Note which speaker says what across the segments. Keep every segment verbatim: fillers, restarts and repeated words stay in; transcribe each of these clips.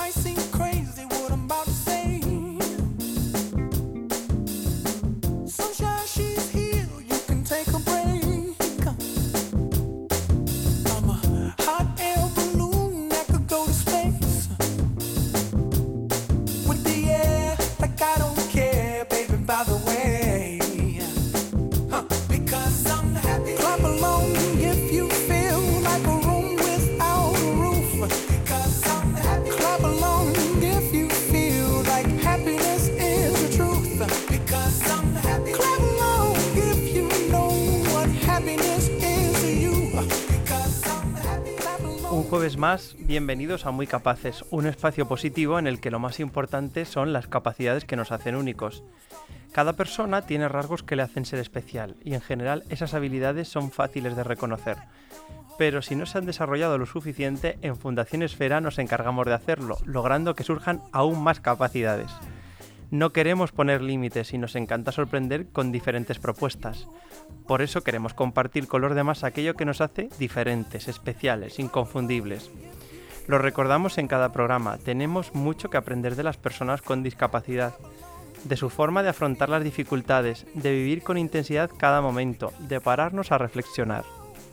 Speaker 1: Jueves más, bienvenidos a Muy Capaces, un espacio positivo en el que lo más importante son las capacidades que nos hacen únicos. Cada persona tiene rasgos que le hacen ser especial y en general esas habilidades son fáciles de reconocer. Pero si no se han desarrollado lo suficiente, en Fundación Esfera nos encargamos de hacerlo, logrando que surjan aún más capacidades. No queremos poner límites y nos encanta sorprender con diferentes propuestas. Por eso queremos compartir con los demás aquello que nos hace diferentes, especiales, inconfundibles. Lo recordamos en cada programa, tenemos mucho que aprender de las personas con discapacidad, de su forma de afrontar las dificultades, de vivir con intensidad cada momento, de pararnos a reflexionar.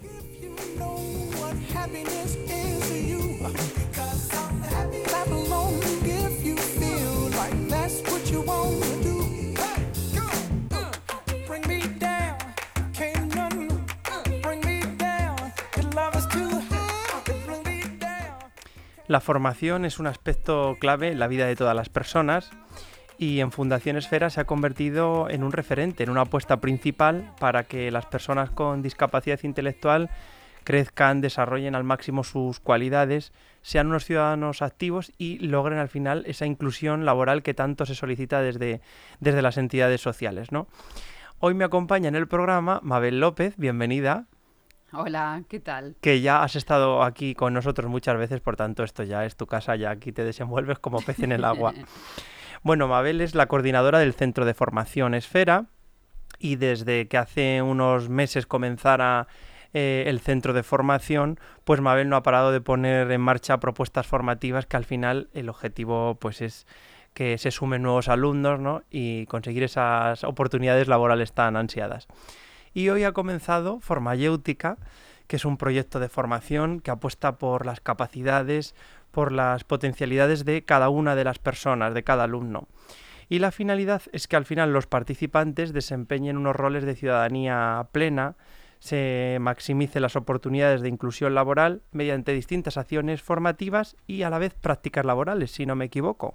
Speaker 1: La formación es un aspecto clave en la vida de todas las personas y en Fundación Esfera se ha convertido en un referente, en una apuesta principal para que las personas con discapacidad intelectual crezcan, desarrollen al máximo sus cualidades, sean unos ciudadanos activos y logren al final esa inclusión laboral que tanto se solicita desde, desde las entidades sociales, ¿no? Hoy me acompaña en el programa Mabel López, bienvenida.
Speaker 2: Hola, ¿qué tal?
Speaker 1: Que ya has estado aquí con nosotros muchas veces, por tanto esto ya es tu casa, ya aquí te desenvuelves como pez en el agua. Bueno, Mabel es la coordinadora del Centro de Formación Esfera y desde que hace unos meses comenzara eh, el Centro de Formación, pues Mabel no ha parado de poner en marcha propuestas formativas que al final el objetivo pues es que se sumen nuevos alumnos, ¿no? Y conseguir esas oportunidades laborales tan ansiadas. Y hoy ha comenzado Formayéutica, que es un proyecto de formación que apuesta por las capacidades, por las potencialidades de cada una de las personas, de cada alumno. Y la finalidad es que al final los participantes desempeñen unos roles de ciudadanía plena, se maximicen las oportunidades de inclusión laboral mediante distintas acciones formativas y a la vez prácticas laborales, si no me equivoco.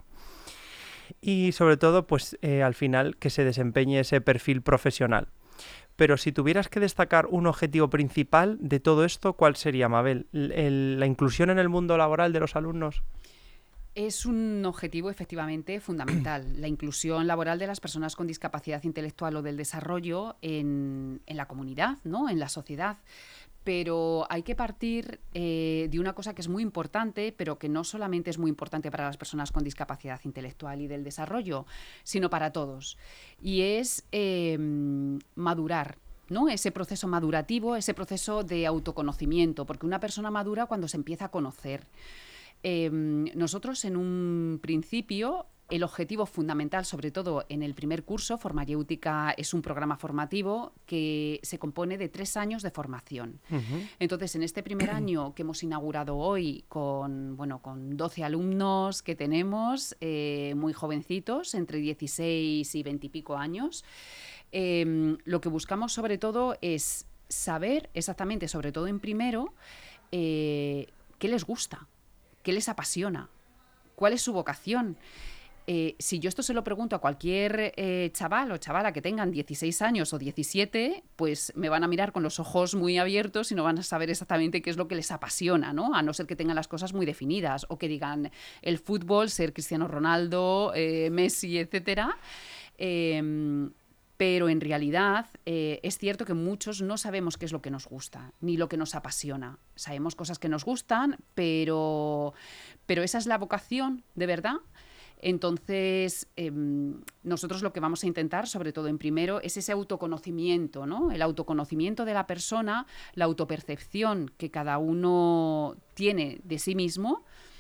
Speaker 1: Y sobre todo, pues eh, al final que se desempeñe ese perfil profesional. Pero si tuvieras que destacar un objetivo principal de todo esto, ¿cuál sería, Mabel? ¿El, ¿La inclusión en el mundo laboral de los alumnos?
Speaker 2: Es un objetivo efectivamente fundamental, la inclusión laboral de las personas con discapacidad intelectual o del desarrollo en, en la comunidad, ¿no? En la sociedad. Pero hay que partir eh, de una cosa que es muy importante, pero que no solamente es muy importante para las personas con discapacidad intelectual y del desarrollo, sino para todos. Y es eh, madurar, ¿no? Ese proceso madurativo, ese proceso de autoconocimiento, porque una persona madura cuando se empieza a conocer. Eh, nosotros en un principio... El objetivo fundamental, sobre todo en el primer curso, Formayéutica es un programa formativo que se compone de tres años de formación. Uh-huh. Entonces, en este primer año que hemos inaugurado hoy con, bueno, con doce alumnos que tenemos, eh, muy jovencitos, entre dieciséis y veinte y pico años, eh, lo que buscamos sobre todo es saber exactamente, sobre todo en primero, eh, qué les gusta, qué les apasiona, cuál es su vocación. Eh, si yo esto se lo pregunto a cualquier eh, chaval o chavala que tengan dieciséis años o diecisiete, pues me van a mirar con los ojos muy abiertos y no van a saber exactamente qué es lo que les apasiona, ¿no? A no ser que tengan las cosas muy definidas o que digan el fútbol, ser Cristiano Ronaldo, eh, Messi, etcétera. Eh, pero en realidad eh, es cierto que muchos no sabemos qué es lo que nos gusta, ni lo que nos apasiona. Sabemos cosas que nos gustan, pero, pero esa es la vocación, de verdad. Entonces, eh, nosotros lo que vamos a intentar, sobre todo en primero, es ese autoconocimiento, ¿no? El autoconocimiento de la persona, la autopercepción que cada uno tiene de sí mismo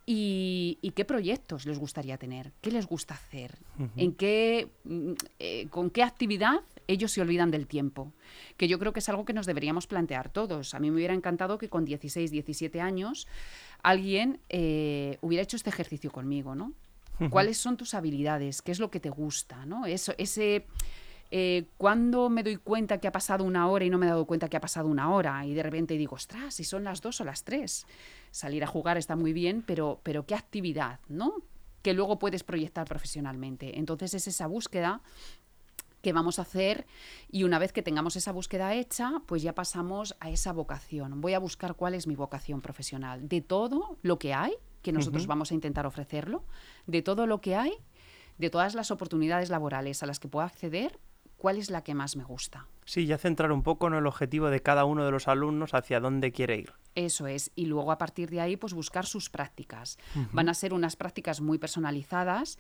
Speaker 2: y, y qué proyectos les gustaría tener, qué les gusta hacer,
Speaker 1: Ujú.
Speaker 2: en qué, mm, eh, con qué actividad ellos se olvidan del tiempo, que yo creo que es algo que nos deberíamos plantear todos. A mí me hubiera encantado que con dieciséis, diecisiete años alguien eh, hubiera hecho este ejercicio conmigo, ¿no?
Speaker 1: Ujú.
Speaker 2: ¿Cuáles son tus habilidades? ¿Qué es lo que te gusta? ¿No? Eso, ese, eh, ¿cuándo me doy cuenta que ha pasado una hora y no me he dado cuenta que ha pasado una hora? Y de repente digo, ostras, si son las dos o las tres. Salir a jugar está muy bien, pero, pero ¿qué actividad, ¿no? Que luego puedes proyectar profesionalmente. Entonces es esa búsqueda que vamos a hacer, y una vez que tengamos esa búsqueda hecha, pues ya pasamos a esa vocación. Voy a buscar cuál es mi vocación profesional. De todo lo que hay, que nosotros
Speaker 1: Ujú.
Speaker 2: vamos a intentar ofrecerlo, de todo lo que hay, de todas las oportunidades laborales a las que puedo acceder, ¿cuál es la que más me gusta?
Speaker 1: Sí, ya centrar un poco en el objetivo de cada uno de los alumnos hacia dónde quiere ir.
Speaker 2: Eso es, y luego a partir de ahí pues buscar sus prácticas. Van
Speaker 1: Ujú.
Speaker 2: a ser unas prácticas muy personalizadas,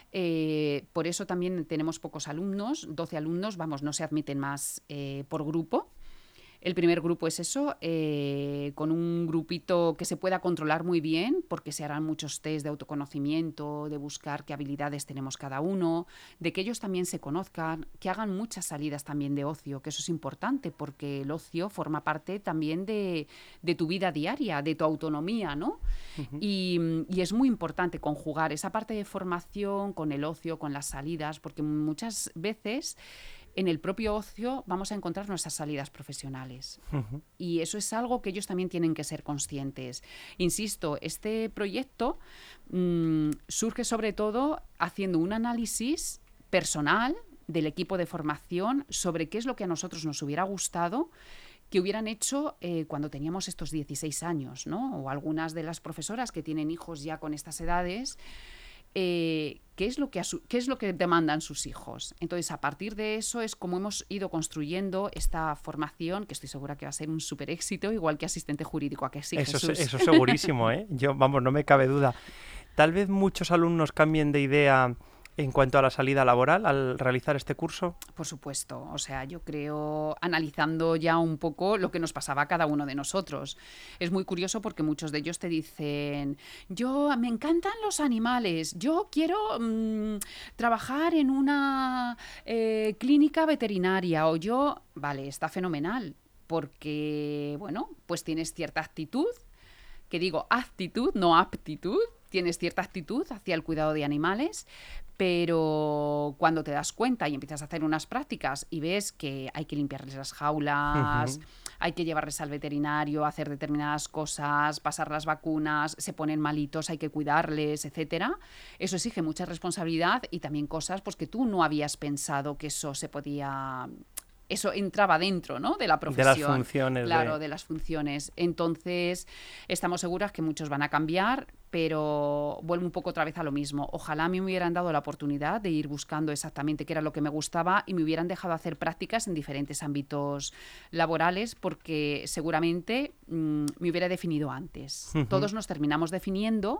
Speaker 2: eh, por eso también tenemos pocos alumnos, doce alumnos, vamos, no se admiten más eh, por grupo. El primer grupo es eso, eh, con un grupito que se pueda controlar muy bien, porque se harán muchos test de autoconocimiento, de buscar qué habilidades tenemos cada uno, de que ellos también se conozcan, que hagan muchas salidas también de ocio, que eso es importante, porque el ocio forma parte también de, de tu vida diaria, de tu autonomía, ¿no?
Speaker 1: Ujú.
Speaker 2: Y, y es muy importante conjugar esa parte de formación con el ocio, con las salidas, porque muchas veces en el propio ocio vamos a encontrar nuestras salidas profesionales.
Speaker 1: Ujú.
Speaker 2: Y eso es algo que ellos también tienen que ser conscientes. Insisto, este proyecto mmm, surge sobre todo haciendo un análisis personal del equipo de formación sobre qué es lo que a nosotros nos hubiera gustado que hubieran hecho eh, cuando teníamos estos dieciséis años, ¿no? O algunas de las profesoras que tienen hijos ya con estas edades, eh, ¿qué es lo que su- qué es lo que demandan sus hijos. Entonces, a partir de eso es como hemos ido construyendo esta formación, que estoy segura que va a ser un súper éxito, igual que asistente jurídico. ¿A que sí,
Speaker 1: Eso, se-
Speaker 2: Jesús?
Speaker 1: eso segurísimo, ¿eh? Yo, vamos, no me cabe duda. Tal vez muchos alumnos cambien de idea en cuanto a la salida laboral al realizar este curso.
Speaker 2: Por supuesto, o sea, yo creo, analizando ya un poco lo que nos pasaba a cada uno de nosotros. Es muy curioso porque muchos de ellos te dicen, yo me encantan los animales, yo quiero mm, trabajar en una eh, clínica veterinaria, o yo, vale, está fenomenal, porque, bueno, pues tienes cierta actitud, que digo actitud, no aptitud, tienes cierta actitud hacia el cuidado de animales, pero cuando te das cuenta y empiezas a hacer unas prácticas y ves que hay que limpiarles las jaulas,
Speaker 1: Ujú.
Speaker 2: hay que llevarles al veterinario, hacer determinadas cosas, pasar las vacunas, se ponen malitos, hay que cuidarles, etcétera, eso exige mucha responsabilidad y también cosas pues, que tú no habías pensado que eso se podía... Eso entraba dentro, ¿no?, de la
Speaker 1: De las
Speaker 2: profesión,
Speaker 1: funciones
Speaker 2: claro,
Speaker 1: de...
Speaker 2: de las funciones. Entonces, estamos seguras que muchos van a cambiar, pero vuelvo un poco otra vez a lo mismo. Ojalá me hubieran dado la oportunidad de ir buscando exactamente qué era lo que me gustaba y me hubieran dejado hacer prácticas en diferentes ámbitos laborales, porque seguramente mmm, me hubiera definido antes.
Speaker 1: Ujú.
Speaker 2: Todos nos terminamos definiendo,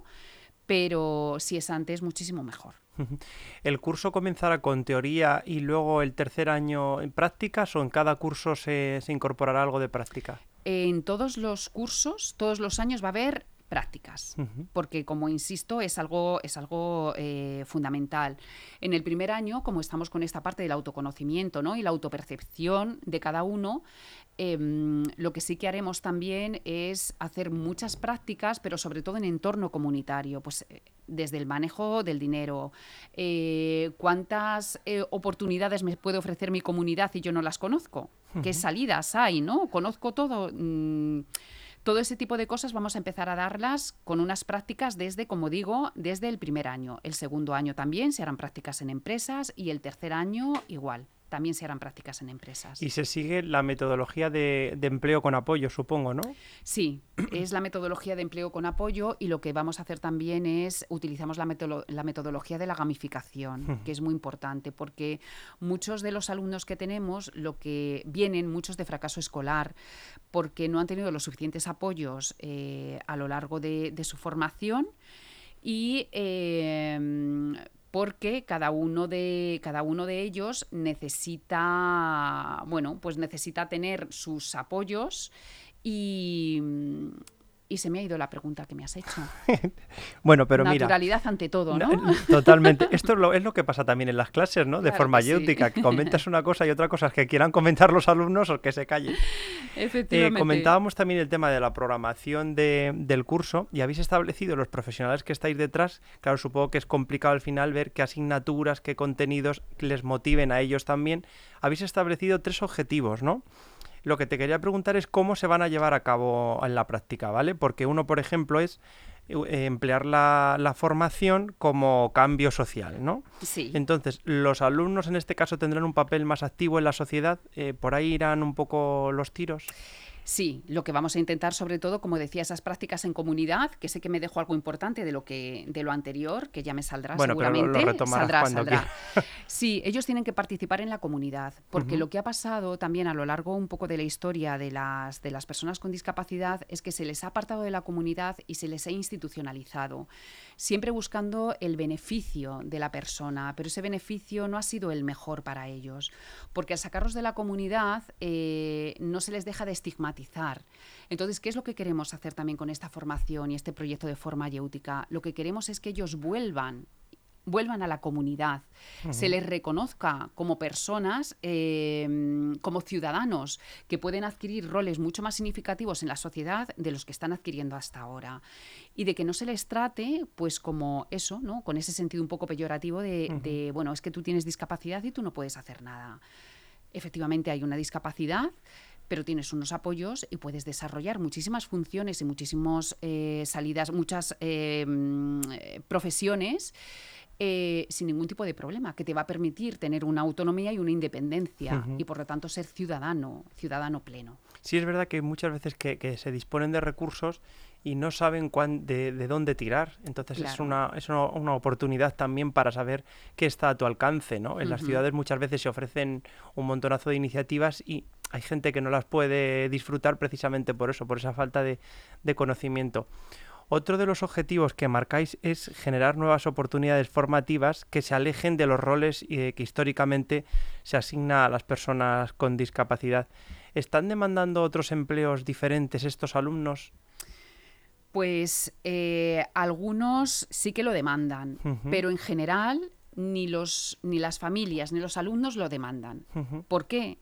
Speaker 2: pero si es antes, muchísimo mejor.
Speaker 1: Ujú. ¿El curso comenzará con teoría y luego el tercer año en prácticas o en cada curso se, se incorporará algo de práctica?
Speaker 2: En todos los cursos, todos los años va a haber prácticas,
Speaker 1: Ujú.
Speaker 2: porque como insisto, es algo, es algo eh, fundamental. En el primer año, como estamos con esta parte del autoconocimiento, ¿no?, y la autopercepción de cada uno, eh, lo que sí que haremos también es hacer muchas prácticas, pero sobre todo en entorno comunitario, pues eh, desde el manejo del dinero, eh, cuántas eh, oportunidades me puede ofrecer mi comunidad y yo no las conozco, qué
Speaker 1: Ujú.
Speaker 2: salidas hay, ¿no? Conozco todo. Mmm, todo ese tipo de cosas vamos a empezar a darlas con unas prácticas desde, como digo, desde el primer año. El segundo año también se harán prácticas en empresas y el tercer año igual, también se harán prácticas en empresas.
Speaker 1: Y se sigue la metodología de, de empleo con apoyo, supongo, ¿no?
Speaker 2: Sí, es la metodología de empleo con apoyo y lo que vamos a hacer también es, utilizamos la, metolo- la metodología de la gamificación,
Speaker 1: Ujú.
Speaker 2: que es muy importante porque muchos de los alumnos que tenemos, lo que vienen, muchos de fracaso escolar, porque no han tenido los suficientes apoyos eh, a lo largo de, de su formación y... Eh, porque cada uno de cada uno de ellos necesita, bueno, pues necesita tener sus apoyos y, Y se me ha ido la pregunta que me has hecho.
Speaker 1: Bueno, pero mira...
Speaker 2: Naturalidad ante todo, ¿no?
Speaker 1: Totalmente. Esto es lo, es lo que pasa también en las clases, ¿no? De
Speaker 2: Claro
Speaker 1: farmacéutica, que, sí. que comentas una cosa y otra cosa es que quieran comentar los alumnos o que se callen.
Speaker 2: Efectivamente.
Speaker 1: Eh, comentábamos también el tema de la programación de, del curso y habéis establecido los profesionales que estáis detrás. Claro, supongo que es complicado al final ver qué asignaturas, qué contenidos les motiven a ellos también. Habéis establecido tres objetivos, ¿no? Lo que te quería preguntar es cómo se van a llevar a cabo en la práctica, ¿vale? Porque uno, por ejemplo, es eh, emplear la, la formación como cambio social, ¿no?
Speaker 2: Sí.
Speaker 1: Entonces, los alumnos en este caso tendrán un papel más activo en la sociedad. Eh, ¿por ahí irán un poco los tiros?
Speaker 2: Sí, lo que vamos a intentar, sobre todo, como decía, esas prácticas en comunidad, que sé que me dejo algo importante de lo que de lo anterior, que ya me saldrá
Speaker 1: bueno,
Speaker 2: seguramente.
Speaker 1: Pero lo, lo retomarás
Speaker 2: saldrá,
Speaker 1: cuando
Speaker 2: saldrá. Sí, ellos tienen que participar en la comunidad, porque uh-huh. lo que ha pasado también a lo largo un poco de la historia de las, de las personas con discapacidad es que se les ha apartado de la comunidad y se les ha institucionalizado, siempre buscando el beneficio de la persona, pero ese beneficio no ha sido el mejor para ellos, porque al sacarlos de la comunidad eh, no se les deja de estigmatizar. Entonces, ¿qué es lo que queremos hacer también con esta formación y este proyecto de Formayéutica? Lo que queremos es que ellos vuelvan, vuelvan a la comunidad, uh-huh. se les reconozca como personas, eh, como ciudadanos, que pueden adquirir roles mucho más significativos en la sociedad de los que están adquiriendo hasta ahora. Y de que no se les trate, pues como eso, ¿no? Con ese sentido un poco peyorativo de, uh-huh. de, bueno, es que tú tienes discapacidad y tú no puedes hacer nada. Efectivamente hay una discapacidad, pero tienes unos apoyos y puedes desarrollar muchísimas funciones y muchísimas eh, salidas, muchas eh, profesiones eh, sin ningún tipo de problema, que te va a permitir tener una autonomía y una independencia uh-huh. y por lo tanto ser ciudadano, ciudadano pleno.
Speaker 1: Sí, es verdad que muchas veces que, que se disponen de recursos y no saben cuán, de, de dónde tirar. Entonces claro. es, una, es una, una oportunidad también para saber qué está a tu alcance, ¿no? En uh-huh. las ciudades muchas veces se ofrecen un montonazo de iniciativas y hay gente que no las puede disfrutar precisamente por eso, por esa falta de, de conocimiento. Otro de los objetivos que marcáis es generar nuevas oportunidades formativas que se alejen de los roles eh, que históricamente se asigna a las personas con discapacidad. ¿Están demandando otros empleos diferentes estos alumnos?
Speaker 2: Pues eh, algunos sí que lo demandan, uh-huh. pero en general ni, los, ni las familias ni los alumnos lo demandan. Uh-huh. ¿Por qué?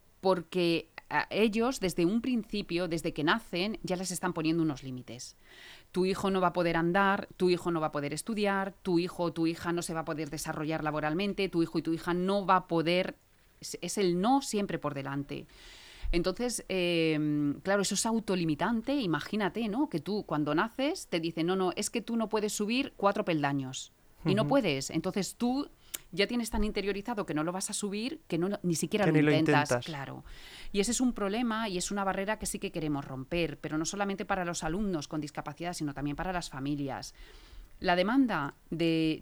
Speaker 2: Porque a ellos, desde un principio, desde que nacen, ya les están poniendo unos límites. Tu hijo no va a poder andar, tu hijo no va a poder estudiar, tu hijo o tu hija no se va a poder desarrollar laboralmente, tu hijo y tu hija no va a poder... Es, es el no siempre por delante. Entonces, eh, claro, eso es autolimitante. Imagínate, ¿no? Que tú, cuando naces, te dicen, no, no, es que tú no puedes subir cuatro peldaños. Uh-huh. Y no puedes. Entonces, tú ya tienes tan interiorizado que no lo vas a subir que no, ni siquiera
Speaker 1: que
Speaker 2: lo,
Speaker 1: ni
Speaker 2: intentas,
Speaker 1: lo intentas.
Speaker 2: Claro. Y ese es un problema y es una barrera que sí que queremos romper, pero no solamente para los alumnos con discapacidad, sino también para las familias. La demanda de,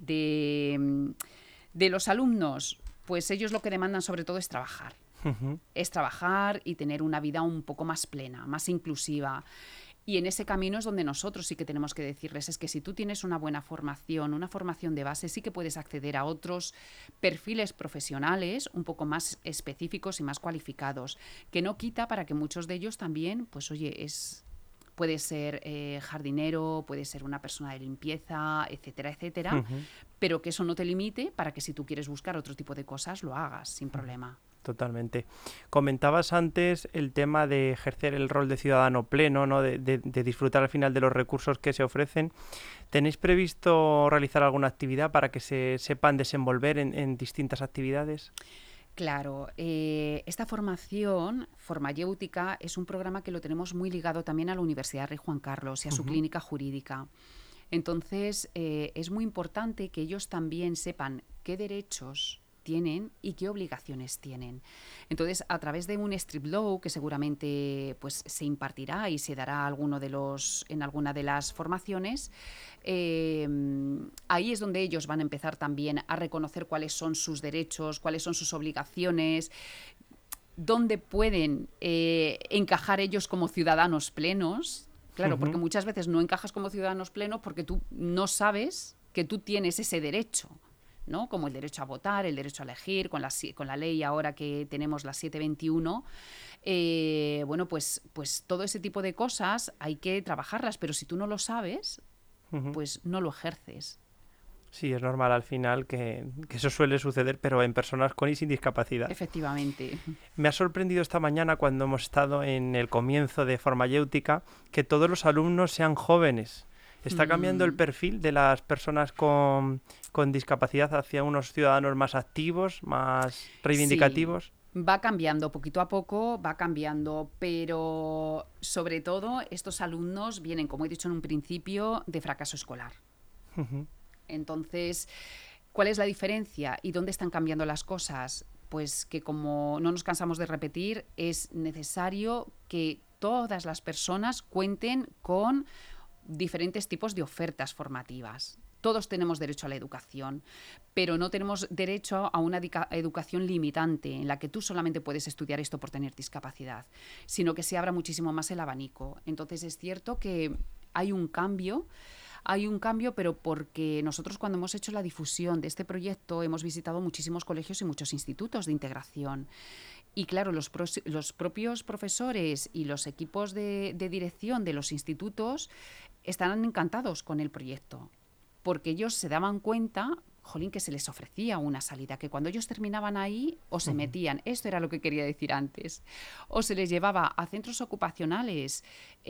Speaker 2: de, de los alumnos, pues ellos lo que demandan sobre todo es trabajar. Uh-huh. Es trabajar y tener una vida un poco más plena, más inclusiva. Y en ese camino es donde nosotros sí que tenemos que decirles, es que si tú tienes una buena formación, una formación de base, sí que puedes acceder a otros perfiles profesionales un poco más específicos y más cualificados, que no quita para que muchos de ellos también, pues oye, es... puede ser eh, jardinero, puede ser una persona de limpieza, etcétera, etcétera, uh-huh. pero que eso no te limite para que si tú quieres buscar otro tipo de cosas, lo hagas sin problema.
Speaker 1: Totalmente. Comentabas antes el tema de ejercer el rol de ciudadano pleno, ¿no? De, de, de disfrutar al final de los recursos que se ofrecen. ¿Tenéis previsto realizar alguna actividad para que se sepan desenvolver en, en distintas actividades?
Speaker 2: Claro, eh, esta formación, Formayéutica, es un programa que lo tenemos muy ligado también a la Universidad Rey Juan Carlos y a su uh-huh. clínica jurídica. Entonces, eh, es muy importante que ellos también sepan qué derechos tienen y qué obligaciones tienen. Entonces, a través de un Strip Law que seguramente pues se impartirá y se dará alguno de los en alguna de las formaciones, eh, ahí es donde ellos van a empezar también a reconocer cuáles son sus derechos, cuáles son sus obligaciones, dónde pueden eh, encajar ellos como ciudadanos plenos. Claro, uh-huh. porque muchas veces no encajas como ciudadanos plenos porque tú no sabes que tú tienes ese derecho, ¿no? Como el derecho a votar, el derecho a elegir, con la, con la ley ahora que tenemos la siete veintiuno. Eh, bueno, pues, pues todo ese tipo de cosas hay que trabajarlas, pero si tú no lo sabes, uh-huh. pues no lo ejerces.
Speaker 1: Sí, es normal al final que, que eso suele suceder, pero en personas con y sin discapacidad.
Speaker 2: Efectivamente.
Speaker 1: Me ha sorprendido esta mañana cuando hemos estado en el comienzo de Formayéutica que todos los alumnos sean jóvenes. ¿Está cambiando mm. el perfil de las personas con, con discapacidad hacia unos ciudadanos más activos, más reivindicativos?
Speaker 2: Sí. Va cambiando, poquito a poco va cambiando, pero sobre todo estos alumnos vienen, como he dicho en un principio, de fracaso escolar. Uh-huh. Entonces, ¿cuál es la diferencia y dónde están cambiando las cosas? Pues que, como no nos cansamos de repetir, es necesario que todas las personas cuenten con diferentes tipos de ofertas formativas. Todos tenemos derecho a la educación, pero no tenemos derecho a una educación limitante en la que tú solamente puedes estudiar esto por tener discapacidad, sino que se abra muchísimo más el abanico. Entonces es cierto que hay un cambio, hay un cambio, pero porque nosotros cuando hemos hecho la difusión de este proyecto hemos visitado muchísimos colegios y muchos institutos de integración. Y claro, los, pro, los propios profesores y los equipos de, de dirección de los institutos están encantados con el proyecto, porque ellos se daban cuenta, jolín, que se les ofrecía una salida, que cuando ellos terminaban ahí o se uh-huh. metían, esto era lo que quería decir antes, o se les llevaba a centros ocupacionales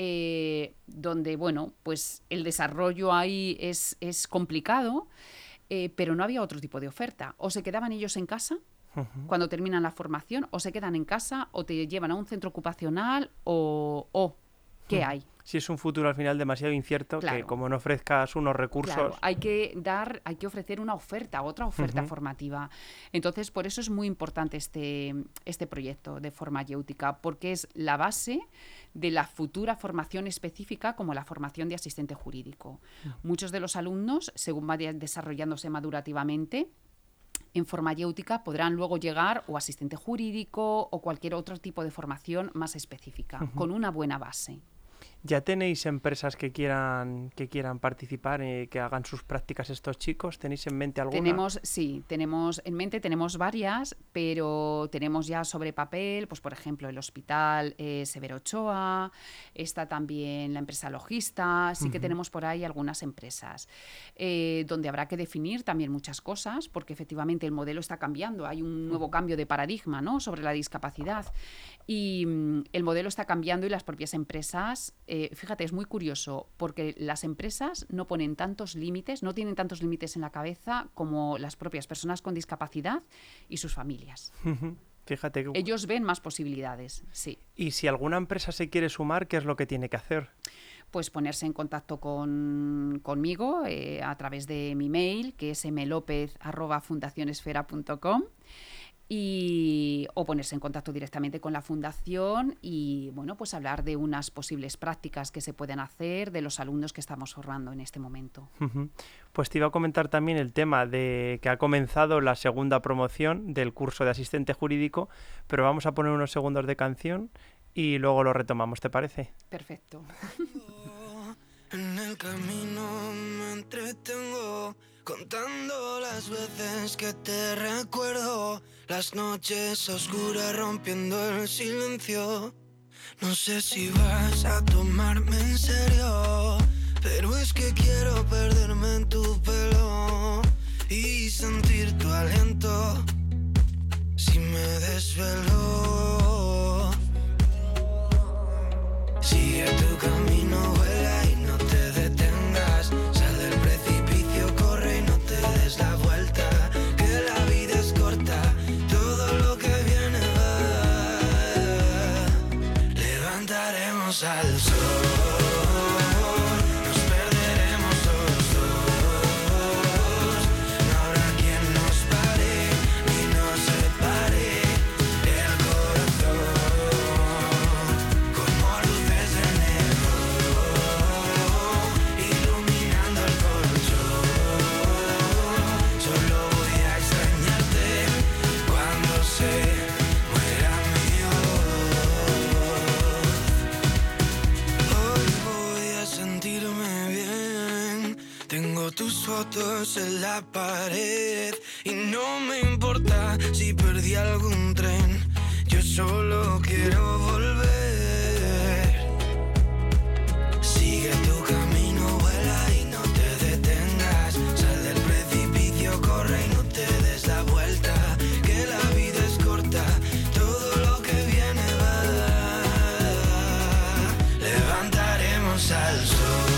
Speaker 2: eh, donde, bueno, pues el desarrollo ahí es, es complicado, eh, pero no había otro tipo de oferta. O se quedaban ellos en casa uh-huh. cuando terminan la formación, o se quedan en casa, o te llevan a un centro ocupacional, o... o ¿qué uh-huh. hay?
Speaker 1: Si es un futuro al final demasiado incierto, claro. que como no ofrezcas unos recursos...
Speaker 2: Claro, hay que dar, hay que ofrecer una oferta, otra oferta uh-huh. formativa. Entonces, por eso es muy importante este, este proyecto de Formayéutica, porque es la base de la futura formación específica como la formación de asistente jurídico. Uh-huh. Muchos de los alumnos, según vayan desarrollándose madurativamente, en Formayéutica podrán luego llegar o asistente jurídico o cualquier otro tipo de formación más específica, uh-huh. con una buena base.
Speaker 1: ¿Ya tenéis empresas que quieran que quieran participar, eh, que hagan sus prácticas estos chicos? ¿Tenéis en mente alguna?
Speaker 2: Tenemos, sí, tenemos en mente, tenemos varias, pero tenemos ya sobre papel, pues por ejemplo, el Hospital eh, Severo Ochoa, está también la empresa Logista, sí uh-huh. que tenemos por ahí algunas empresas, eh, donde habrá que definir también muchas cosas, porque efectivamente el modelo está cambiando, hay un nuevo uh-huh. cambio de paradigma, ¿no?, sobre la discapacidad, y mm, el modelo está cambiando y las propias empresas... Eh, fíjate, es muy curioso porque las empresas no ponen tantos límites, no tienen tantos límites en la cabeza como las propias personas con discapacidad y sus familias.
Speaker 1: Fíjate que...
Speaker 2: Ellos ven más posibilidades, sí.
Speaker 1: Y si alguna empresa se quiere sumar, ¿qué es lo que tiene que hacer?
Speaker 2: Pues ponerse en contacto con, conmigo eh, a través de mi mail, que es mlopez arroba fundacionesfera punto com. Y, o ponerse en contacto directamente con la fundación y, bueno, pues hablar de unas posibles prácticas que se pueden hacer de los alumnos que estamos formando en este momento.
Speaker 1: Uh-huh. Pues te iba a comentar también el tema de que ha comenzado la segunda promoción del curso de asistente jurídico, pero vamos a poner unos segundos de canción y luego lo retomamos, ¿te parece?
Speaker 2: Perfecto.
Speaker 3: En el camino me entretengo contando las veces que te recuerdo, las noches oscuras rompiendo el silencio. No sé si vas a tomarme en serio, pero es que quiero perderme en tu pelo y sentir tu aliento si me desvelo. Sigue tu camino, vuela y no te detengas. Sal del precipicio, corre y no te des la vuelta. Que la vida es corta, todo lo que viene va. Levantaremos al sol. El Tengo tus fotos en la pared y no me importa si perdí algún tren. Yo solo quiero volver. Sigue tu camino, vuela y no te detengas. Sal del precipicio, corre y no te des la vuelta. Que la vida es corta, todo lo que viene va. Levantaremos al sol.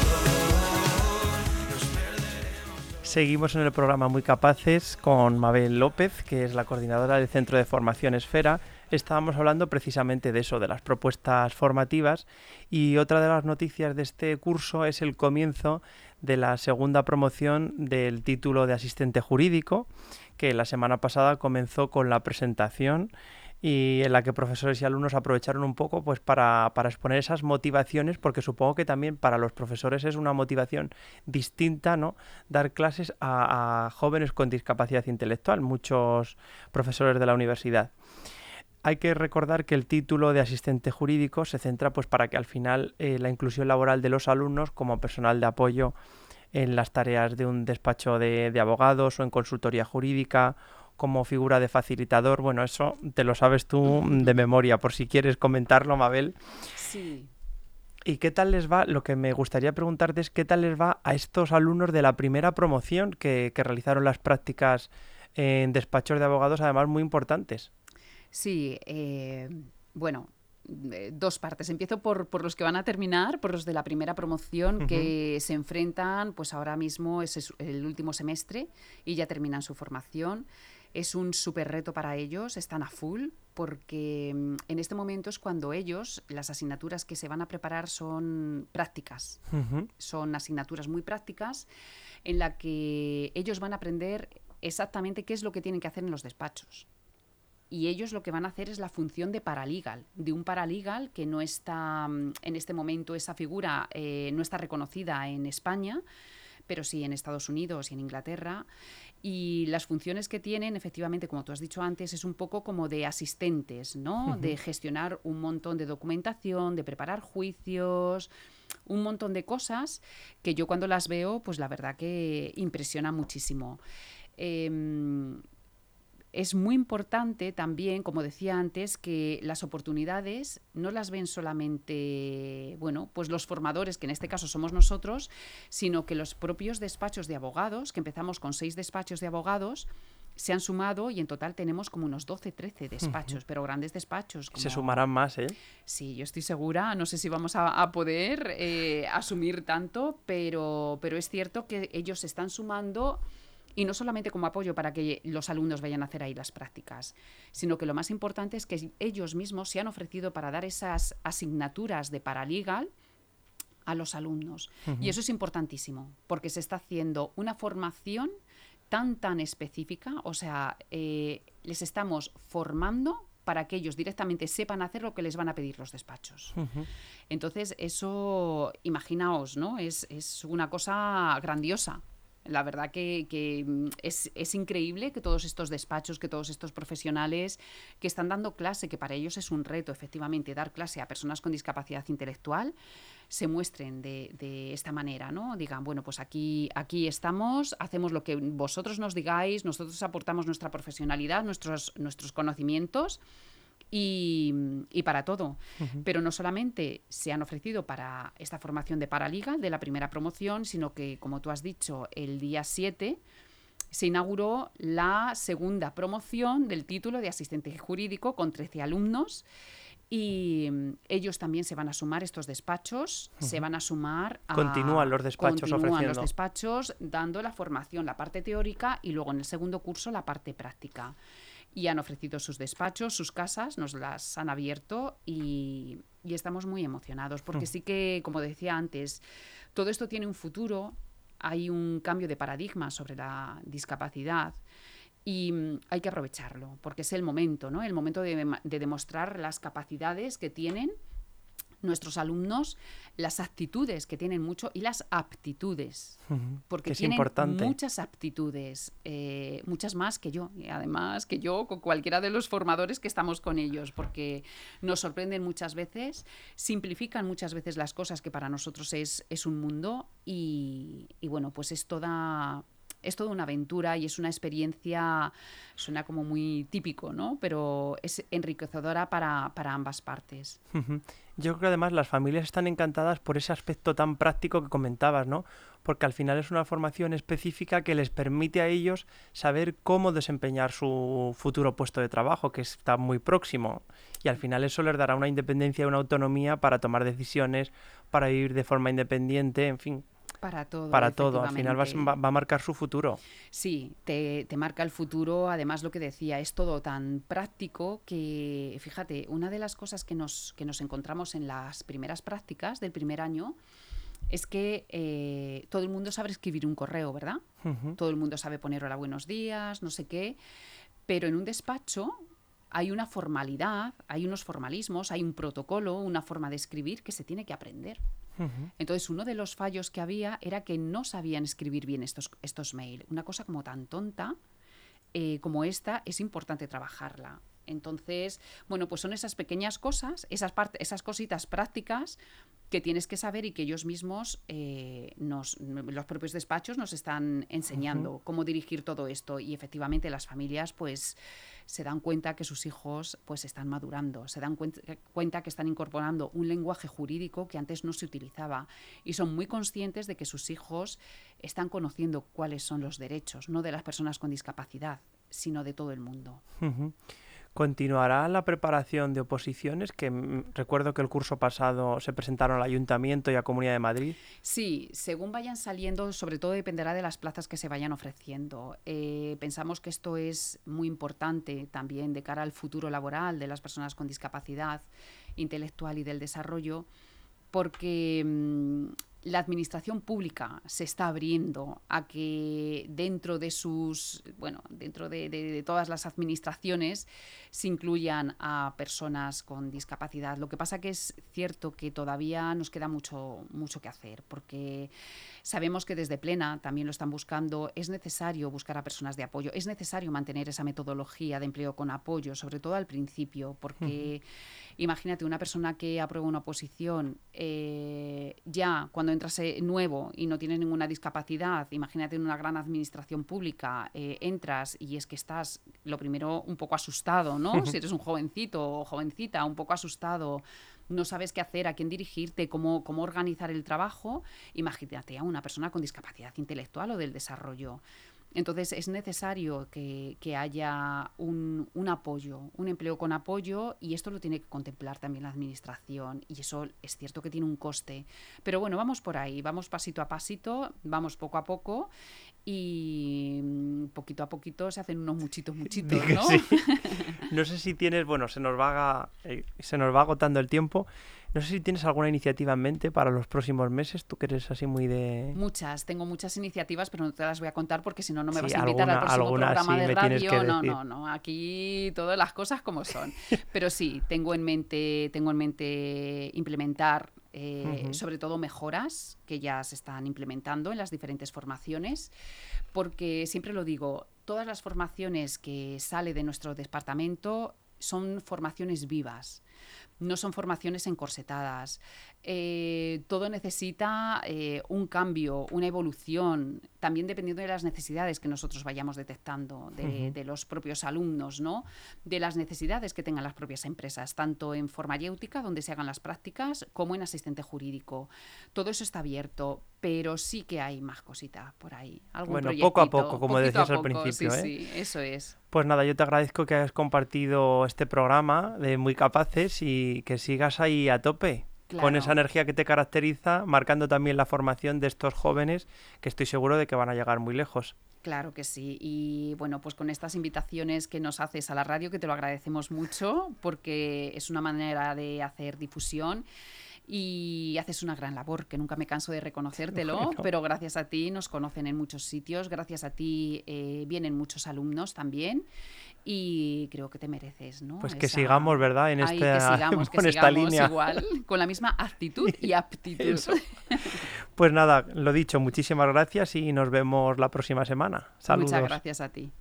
Speaker 1: Seguimos en el programa Muy Capaces con Mabel López, que es la coordinadora del Centro de Formación Esfera. Estábamos hablando precisamente de eso, de las propuestas formativas, y otra de las noticias de este curso es el comienzo de la segunda promoción del título de asistente jurídico, que la semana pasada comenzó con la presentación y en la que profesores y alumnos aprovecharon un poco pues para, para exponer esas motivaciones, porque supongo que también para los profesores es una motivación distinta, ¿no?, dar clases a, a jóvenes con discapacidad intelectual, muchos profesores de la universidad. Hay que recordar que el título de asistente jurídico se centra pues para que al final eh, la inclusión laboral de los alumnos como personal de apoyo en las tareas de un despacho de, de abogados o en consultoría jurídica, como figura de facilitador, bueno, eso te lo sabes tú de memoria, por si quieres comentarlo, Mabel.
Speaker 2: Sí.
Speaker 1: ¿Y qué tal les va? Lo que me gustaría preguntarte es qué tal les va a estos alumnos de la primera promoción que, que realizaron las prácticas en despachos de abogados, además muy importantes.
Speaker 2: Sí, eh, bueno, eh, dos partes. Empiezo por, por los que van a terminar, por los de la primera promoción, uh-huh. que se enfrentan, pues ahora mismo es el último semestre y ya terminan su formación. Es un súper reto para ellos, están a full, porque en este momento es cuando ellos, las asignaturas que se van a preparar son prácticas. Uh-huh. Son asignaturas muy prácticas en la que ellos van a aprender exactamente qué es lo que tienen que hacer en los despachos. Y ellos lo que van a hacer es la función de paralegal, de un paralegal que no está, en este momento, esa figura eh, no está reconocida en España, pero sí en Estados Unidos y en Inglaterra. Y las funciones que tienen, efectivamente, como tú has dicho antes, es un poco como de asistentes, ¿no? Uh-huh. De gestionar un montón de documentación, de preparar juicios, un montón de cosas que yo cuando las veo, pues la verdad que impresiona muchísimo. Eh, Es muy importante también, como decía antes, que las oportunidades no las ven solamente, bueno, pues los formadores, que en este caso somos nosotros, sino que los propios despachos de abogados, que empezamos con seis despachos de abogados, se han sumado y en total tenemos como unos doce, trece despachos, uh-huh. pero grandes despachos. Como...
Speaker 1: Se sumarán más, ¿eh?
Speaker 2: Sí, yo estoy segura. No sé si vamos a, a poder eh, asumir tanto, pero, pero es cierto que ellos se están sumando. Y no solamente como apoyo para que los alumnos vayan a hacer ahí las prácticas, sino que lo más importante es que ellos mismos se han ofrecido para dar esas asignaturas de paralegal a los alumnos. Uh-huh. Y eso es importantísimo, porque se está haciendo una formación tan, tan específica, o sea, eh, les estamos formando para que ellos directamente sepan hacer lo que les van a pedir los despachos. Uh-huh. Entonces, eso, imaginaos, ¿no? Es, es una cosa grandiosa. La verdad que, que es, es increíble que todos estos despachos, que todos estos profesionales que están dando clase, que para ellos es un reto, efectivamente, dar clase a personas con discapacidad intelectual, se muestren de, de esta manera, ¿no? Digan, bueno, pues aquí, aquí estamos, hacemos lo que vosotros nos digáis, nosotros aportamos nuestra profesionalidad, nuestros, nuestros conocimientos, Y, y para todo. Uh-huh. Pero no solamente se han ofrecido para esta formación de paralegal de la primera promoción, sino que, como tú has dicho, el día siete se inauguró la segunda promoción del título de asistente jurídico con trece alumnos y ellos también se van a sumar, estos despachos, uh-huh. se van a sumar a...
Speaker 1: Continúan los despachos
Speaker 2: continúan
Speaker 1: ofreciendo.
Speaker 2: los despachos dando la formación, la parte teórica y luego en el segundo curso la parte práctica. Y han ofrecido sus despachos, sus casas, nos las han abierto y, y estamos muy emocionados porque sí que, como decía antes, todo esto tiene un futuro, hay un cambio de paradigma sobre la discapacidad y hay que aprovecharlo porque es el momento, ¿no? El momento de, de demostrar las capacidades que tienen nuestros alumnos las actitudes que tienen mucho y las aptitudes,
Speaker 1: Ujú,
Speaker 2: porque
Speaker 1: que es
Speaker 2: tienen
Speaker 1: importante.
Speaker 2: muchas aptitudes, eh, muchas más que yo, y además que yo con cualquiera de los formadores que estamos con ellos, porque nos sorprenden muchas veces, simplifican muchas veces las cosas que para nosotros es, es un mundo y, y bueno, pues es toda... Es toda una aventura y es una experiencia, suena como muy típico, ¿no? Pero es enriquecedora para, para ambas partes.
Speaker 1: Ujú. Yo creo que además las familias están encantadas por ese aspecto tan práctico que comentabas, ¿no? Porque al final es una formación específica que les permite a ellos saber cómo desempeñar su futuro puesto de trabajo, que está muy próximo. Y al final eso les dará una independencia y una autonomía para tomar decisiones, para vivir de forma independiente, en fin,
Speaker 2: Para todo,
Speaker 1: para todo. Al final va, a-
Speaker 2: efectivamente.
Speaker 1: va- va a marcar su futuro.
Speaker 2: Sí, te, te marca el futuro. Además, lo que decía, es todo tan práctico que, fíjate, una de las cosas que nos, que nos encontramos en las primeras prácticas del primer año es que eh, todo el mundo sabe escribir un correo, ¿verdad?
Speaker 1: Ujú.
Speaker 2: Todo el mundo sabe poner hola, buenos días, no sé qué, pero en un despacho hay una formalidad, hay unos formalismos, hay un protocolo, una forma de escribir que se tiene que aprender.
Speaker 1: Ujú.
Speaker 2: Entonces, uno de los fallos que había era que no sabían escribir bien estos, estos mails. Una cosa como tan tonta eh, como esta, es importante trabajarla. Entonces, bueno, pues son esas pequeñas cosas, esas, part- esas cositas prácticas que tienes que saber y que ellos mismos, eh, nos, los propios despachos nos están enseñando
Speaker 1: Ujú.
Speaker 2: cómo dirigir todo esto. Y efectivamente las familias pues se dan cuenta que sus hijos pues están madurando, se dan cuenta, cuenta que están incorporando un lenguaje jurídico que antes no se utilizaba y son muy conscientes de que sus hijos están conociendo cuáles son los derechos, no de las personas con discapacidad, sino de todo el mundo.
Speaker 1: Ujú. ¿Continuará la preparación de oposiciones? Que mm, recuerdo que el curso pasado se presentaron al Ayuntamiento y a Comunidad de Madrid.
Speaker 2: Sí, según vayan saliendo, sobre todo dependerá de las plazas que se vayan ofreciendo. Eh, pensamos que esto es muy importante también de cara al futuro laboral de las personas con discapacidad intelectual y del desarrollo, porque mmm, la administración pública se está abriendo a que dentro de sus, bueno, dentro de, de, de todas las administraciones se incluyan a personas con discapacidad. Lo que pasa que es cierto que todavía nos queda mucho, mucho que hacer, porque sabemos que desde Plena también lo están buscando. Es necesario buscar a personas de apoyo, es necesario mantener esa metodología de empleo con apoyo, sobre todo al principio, porque uh-huh. imagínate una persona que aprueba una oposición, eh, ya cuando entras nuevo y no tienes ninguna discapacidad, imagínate en una gran administración pública, eh, entras y es que estás, lo primero, un poco asustado, ¿no? Uh-huh. Si eres un jovencito o jovencita, un poco asustado, no sabes qué hacer, a quién dirigirte, cómo, cómo organizar el trabajo, imagínate a una persona con discapacidad intelectual o del desarrollo. Entonces es necesario que, que haya un, un apoyo, un empleo con apoyo, y esto lo tiene que contemplar también la administración, y eso es cierto que tiene un coste. Pero bueno, vamos por ahí, vamos pasito a pasito, vamos poco a poco, y poquito a poquito se hacen unos muchitos muchitos, ¿no?
Speaker 1: Sí. No sé si tienes, bueno, se nos va, eh, se nos va agotando el tiempo. No sé si tienes alguna iniciativa en mente para los próximos meses. Tú que eres así muy de...
Speaker 2: Muchas, tengo muchas iniciativas, pero no te las voy a contar porque si no, no me
Speaker 1: sí,
Speaker 2: vas a invitar
Speaker 1: alguna,
Speaker 2: al próximo
Speaker 1: alguna,
Speaker 2: programa
Speaker 1: sí,
Speaker 2: de
Speaker 1: me
Speaker 2: radio. No,
Speaker 1: decir.
Speaker 2: no, no. Aquí todas las cosas como son. Pero sí, tengo en mente, tengo en mente implementar eh, uh-huh. sobre todo mejoras que ya se están implementando en las diferentes formaciones, porque siempre lo digo, todas las formaciones que sale de nuestro departamento son formaciones vivas. No son formaciones encorsetadas. Eh, todo necesita eh, un cambio, una evolución, también dependiendo de las necesidades que nosotros vayamos detectando de, uh-huh. de los propios alumnos, ¿no? De las necesidades que tengan las propias empresas, tanto en farmacéutica, donde se hagan las prácticas, como en asistente jurídico. Todo eso está abierto, pero sí que hay más cositas por ahí. Algún
Speaker 1: bueno,
Speaker 2: proyectito,
Speaker 1: poco a poco, como decías
Speaker 2: a
Speaker 1: al
Speaker 2: poco,
Speaker 1: principio.
Speaker 2: Sí,
Speaker 1: ¿eh?
Speaker 2: sí, eso es.
Speaker 1: Pues nada, yo te agradezco que hayas compartido este programa de Muy Capaces y que sigas ahí a tope. Claro. Con esa energía que te caracteriza, marcando también la formación de estos jóvenes, que estoy seguro de que van a llegar muy lejos.
Speaker 2: Claro que sí. Y bueno, pues con estas invitaciones que nos haces a la radio, que te lo agradecemos mucho, porque es una manera de hacer difusión. Y haces una gran labor, que nunca me canso de reconocértelo, bueno. pero gracias a ti nos conocen en muchos sitios, gracias a ti eh, vienen muchos alumnos también, y creo que te mereces, ¿no?
Speaker 1: Pues que
Speaker 2: Esa...
Speaker 1: sigamos, ¿verdad? En
Speaker 2: Ay,
Speaker 1: esta,
Speaker 2: que sigamos, que
Speaker 1: con esta
Speaker 2: sigamos
Speaker 1: línea.
Speaker 2: igual, con la misma actitud y aptitud.
Speaker 1: Eso. Pues nada, lo dicho, muchísimas gracias y nos vemos la próxima semana. Saludos.
Speaker 2: Muchas gracias a ti.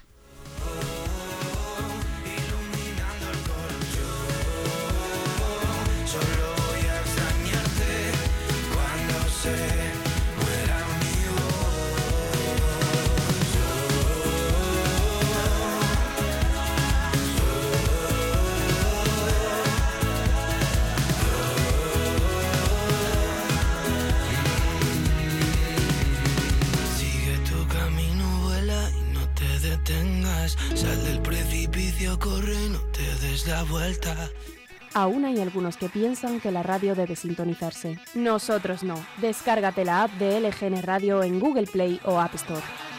Speaker 3: Sal del precipicio, corre, no te des la vuelta.
Speaker 4: Aún hay algunos que piensan que la radio debe sintonizarse. Nosotros no. Descárgate la app de L G N Radio en Google Play o App Store.